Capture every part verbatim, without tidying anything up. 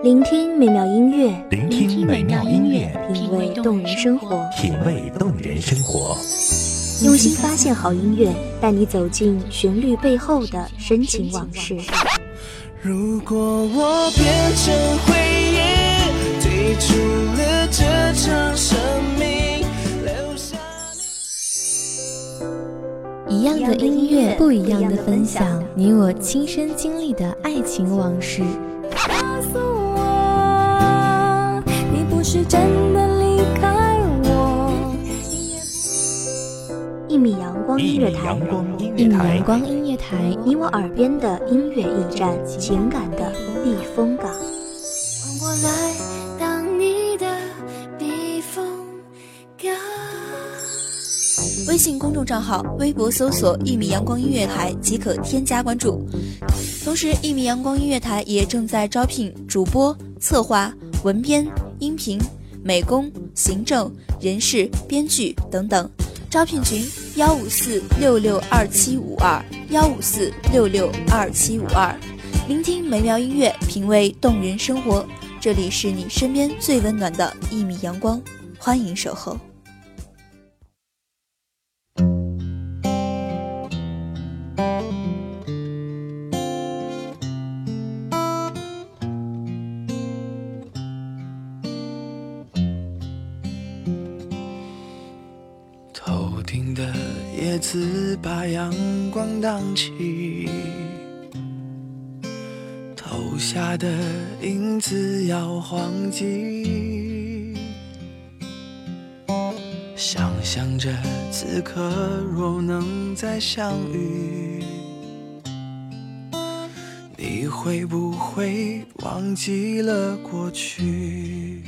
聆听美妙音乐， 聆听美妙音乐， 品味动人生活， 品味动人生活。 用心发现好音乐，带你走进旋律背后的深情往事。 如果我变成回忆，退出了这场生命，留下一样的音乐，不一样的分享，你我亲身经历的爱情往事。 告诉我，你不是真的离开我。 一米阳光音乐台， 一米阳光音乐台， 你我耳边的音乐驿站，情感的避风港。 换我来当你的避风港。 微信公众账号、微博搜索“一米阳光音乐台”即可添加关注。同时，一米阳光音乐台也正在招聘主播、策划、文编、音频、美工、行政、人事、编剧等等。招聘群：幺五四六六二七五二幺五四六六二七五二。聆听美妙音乐，品味动人生活。这里是你身边最温暖的一米阳光，欢迎守候。 头顶的叶子把阳光荡起，投下的影子摇晃起，想象着此刻若能再相遇，你会不会忘记了过去？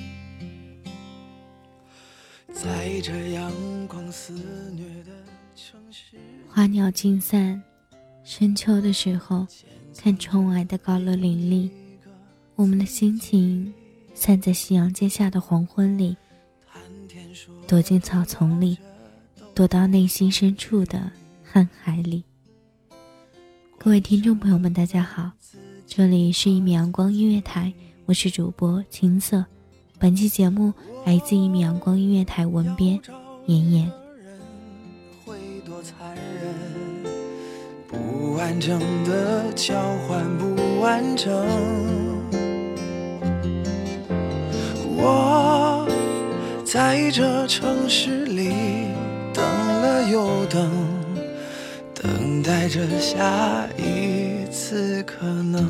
在这阳光肆虐的城市， 花鸟尽散，深秋的时候，看窗外的高楼林立，我们的心情散在夕阳街下的黄昏里，躲进草丛里，躲到内心深处的瀚海里。各位听众朋友们大家好，这里是一米阳光音乐台，我是主播青色。本期节目来自一米阳光音乐台文编妍妍。 会多残忍，不完整的交换不完整，我在这城市里等了又等，等待着下一次可能。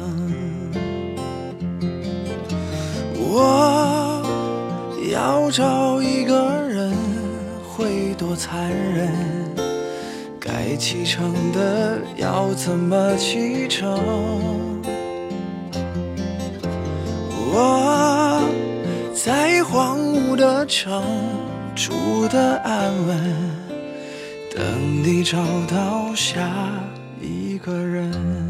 我要找一个人会多残忍，该启程的要怎么启程？我在荒芜的城住得安稳，等你找到下一个人。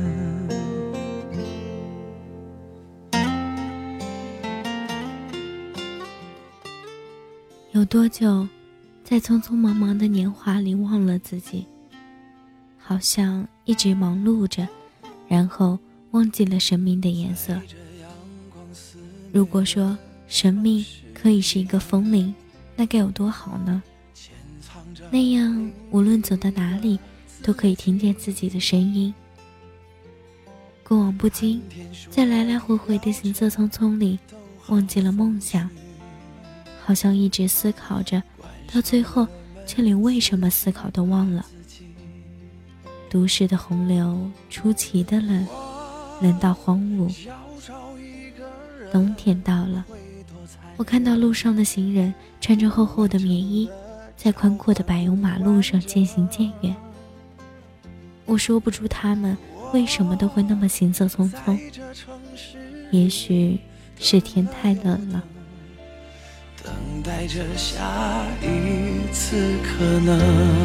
有多久在匆匆忙忙的年华里忘了自己，好像一直忙碌着，然后忘记了生命的颜色。如果说生命可以是一个风铃，那该有多好呢？那样无论走到哪里都可以听见自己的声音。过往不经，在来来回回的行色匆匆里忘记了梦想，好像一直思考着，到最后却连为什么思考都忘了。都市的洪流出奇的冷，冷到荒芜。冬天到了，我看到路上的行人穿着厚厚的棉衣，在宽阔的柏油马路上渐行渐远。我说不出他们为什么都会那么行色匆匆，也许是天太冷了， 等待着下一次可能。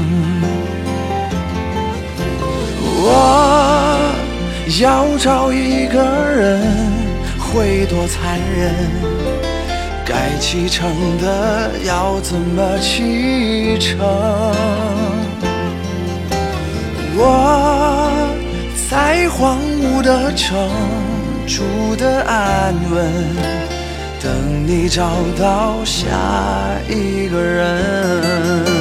我要找一个人会多残忍，该启程的要怎么启程？我在荒芜的城住的安稳，等你找到下一个人。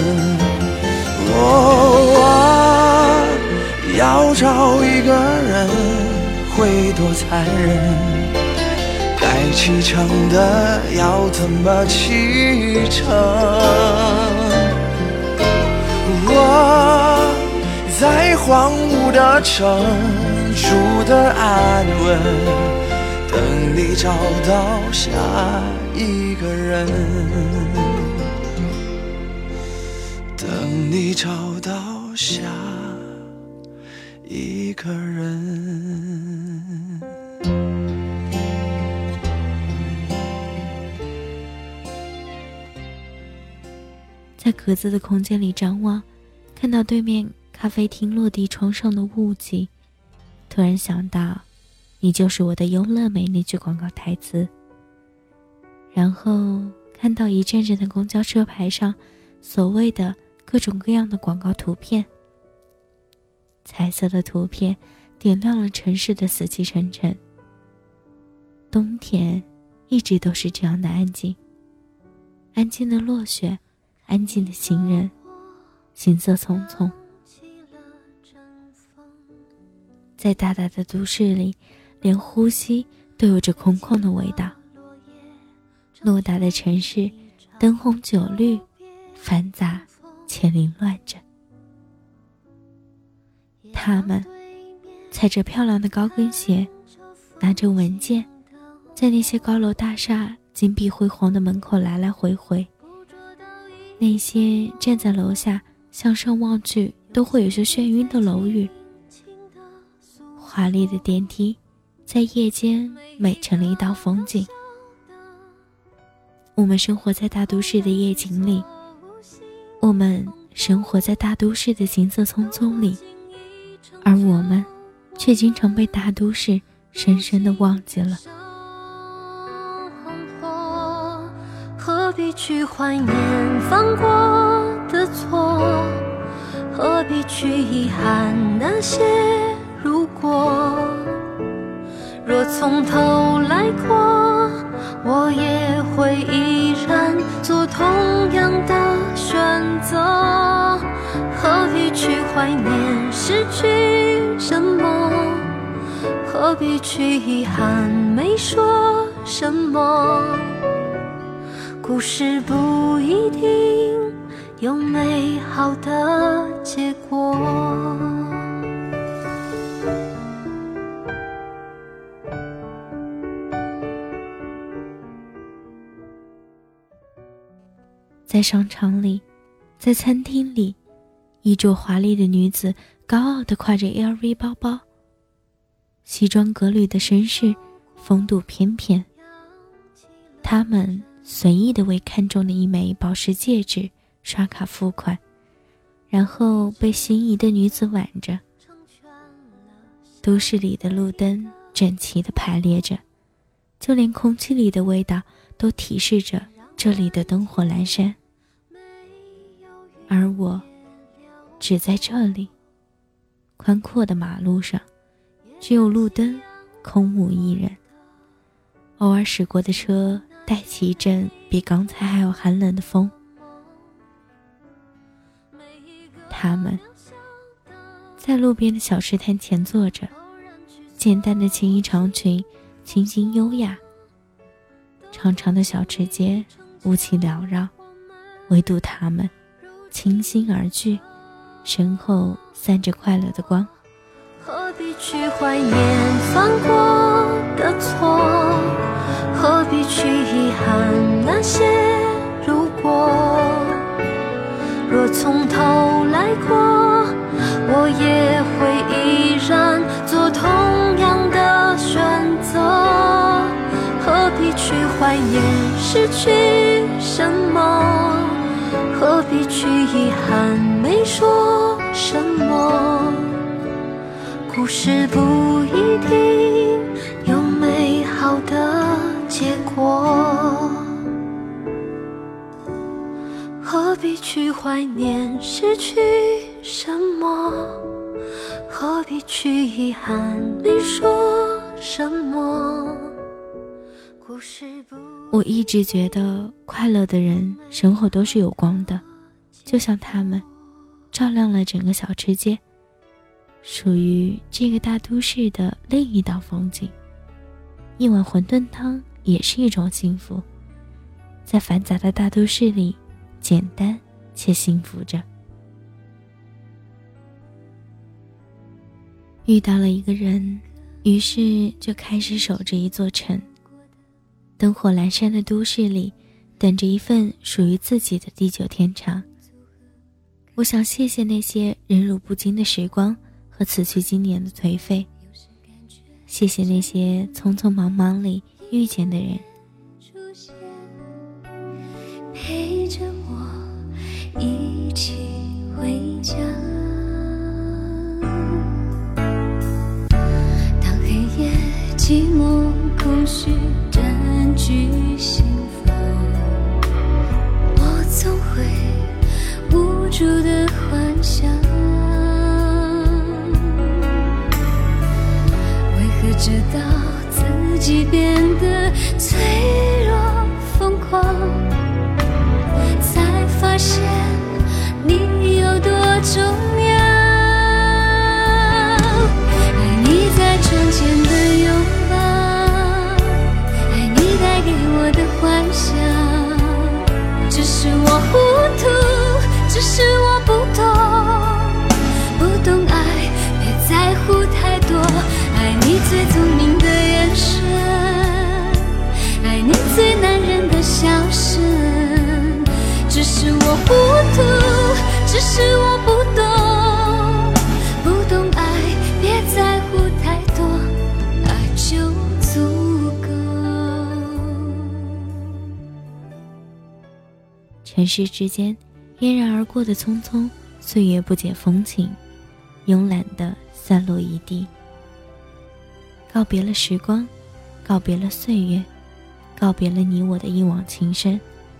哦，要找一个人会多残忍，该启程的要怎么启程？我在荒芜的城住的安稳，等你找到下一个人，等你找到下一个人。 在格子的空间里张望，看到对面咖啡厅落地窗上的雾气，突然想到你就是我的优乐美那句广告台词。然后看到一阵阵的公交车牌上所谓的各种各样的广告图片，彩色的图片点亮了城市的死气沉沉。冬天一直都是这样的安静，安静的落雪，安静的行人，行色匆匆。在大大的都市里，连呼吸都有着空旷的味道。偌大的城市，灯红酒绿，繁杂且凌乱着。他们踩着漂亮的高跟鞋，拿着文件，在那些高楼大厦金碧辉煌的门口来来回回。那些站在楼下向上望去都会有些眩晕的楼宇，华丽的电梯在夜间美成了一道风景。我们生活在大都市的夜景里，我们生活在大都市的行色匆匆里，而我们却经常被大都市深深地忘记了。 何必去怀念犯过的错，何必去遗憾那些如果，若从头来过，我也会依然做同样的选择。何必去怀念失去什么，何必去遗憾没说什么，故事不一定有美好的结果。 在商场里，在餐厅里，衣着华丽的女子高傲地挎着 L V 包包，西装革履的绅士风度翩翩。他们随意地为看中的一枚宝石戒指刷卡付款，然后被心仪的女子挽着。都市里的路灯整齐地排列着，就连空气里的味道都提示着这里的灯火阑珊。而我只在这里，宽阔的马路上，只有路灯，空无一人。偶尔驶过的车带起一阵比刚才还要寒冷的风。他们在路边的小吃摊前坐着，简单的青衣长裙，清新优雅。长长的小吃街雾气缭绕，唯独他们清新而聚，身后散着快乐的光。 何必去怀念犯过的错，何必去遗憾那些如果，若从头来过，我也会依然做同样的选择。何必去怀念失去什么，何必去遗憾没说什么，故事不一定有美好的结果。何必去怀念失去什么，何必去遗憾没说什么， 我一直觉得快乐的人生活都是有光的，就像他们照亮了整个小吃街，属于这个大都市的另一道风景。一碗馄饨汤也是一种幸福，在繁杂的大都市里，简单且幸福着。遇到了一个人，于是就开始守着一座城。灯火阑珊的都市里，等着一份属于自己的地久天长。我想谢谢那些忍辱不禁的时光和此去经年的颓废，谢谢那些匆匆忙忙里遇见的人， 陪着我一起回家。当黑夜寂寞空虚占据心房，我总会无助的幻想，为何直到自己变得脆弱疯狂，才发现你有多重要。爱你在窗前的拥抱，爱你带给我的幻想，只是我糊涂，只是我不懂，不懂爱，别在乎太多。爱你最聪明的眼神，爱你最男人的笑声，只是我糊涂，只是我不懂，不懂爱，别在乎太多，爱就足够。 尘世之间嫣然而过的匆匆，岁月不减风情，慵懒的散落一地。告别了时光，告别了岁月，告别了你我的一往情深。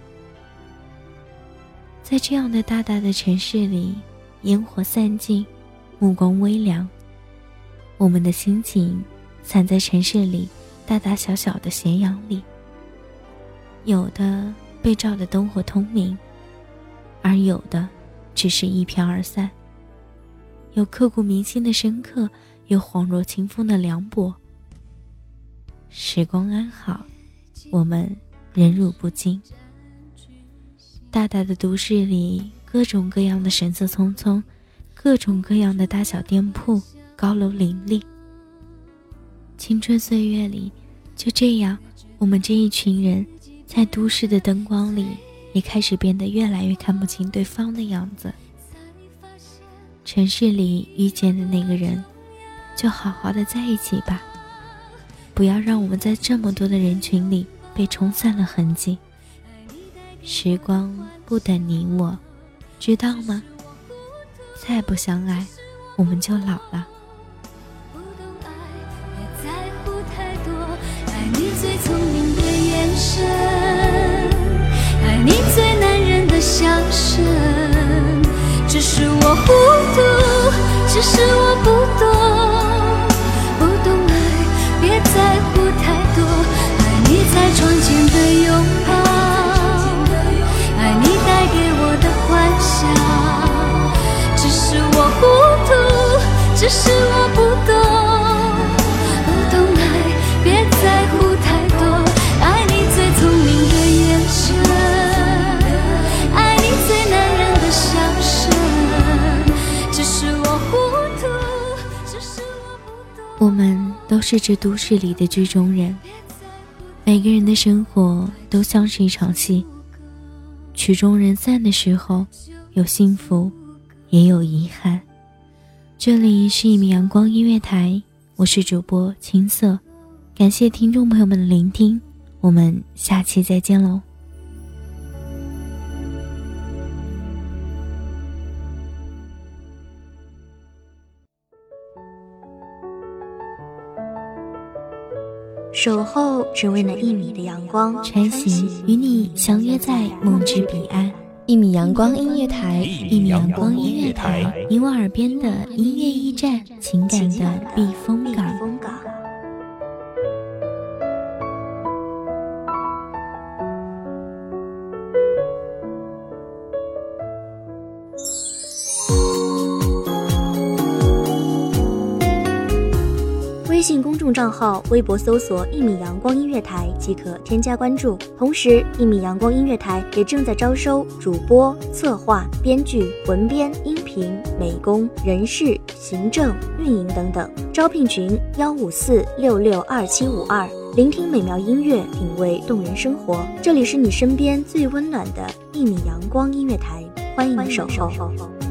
在这样的大大的城市里，烟火散尽，目光微凉，我们的心情散在城市里大大小小的斜阳里，有的被照得灯火通明，而有的只是一飘而散，有刻骨铭心的深刻，有恍若清风的凉薄。时光安好，我们忍辱不禁。大大的都市里，各种各样的神色匆匆，各种各样的大小店铺，高楼林立。青春岁月里，就这样，我们这一群人在都市的灯光里，也开始变得越来越看不清对方的样子。城市里遇见的那个人，就好好的在一起吧，不要让我们在这么多的人群里被冲散了痕迹。时光不等你我，知道吗？再不相爱，我们就老了。 不懂爱，别在乎太多，爱你最聪明的眼神，爱你最男人的笑声，只是我糊涂，只是我不懂，不懂爱，别在乎太多。爱你在窗前的拥抱，爱你带给我的幻想，只是我糊涂，只是我不懂，不懂爱，别在乎太多。爱你最聪明的眼神，爱你最男人的笑声，只是我糊涂，只是我不懂。 我们都是这都市里的剧中人，每个人的生活都像是一场戏，曲终人散的时候，有幸福，也有遗憾。这里是一米阳光音乐台，我是主播青色，感谢听众朋友们的聆听，我们下期再见喽。 守候只为那一米的阳光， 穿行与你相约在梦之彼岸。 一米阳光音乐台， 一米阳光音乐台，你我耳边的音乐驿站，情感的避风港。 信公众账号、微博搜索一米阳光音乐台即可添加关注。同时，一米阳光音乐台也正在招收主播、策划、编剧、文编、音频、美工、人事、行政、运营等等。招聘群：幺五四六六二七五二。聆听美妙音乐，品味动人生活。这里是你身边最温暖的一米阳光音乐台，欢迎守候。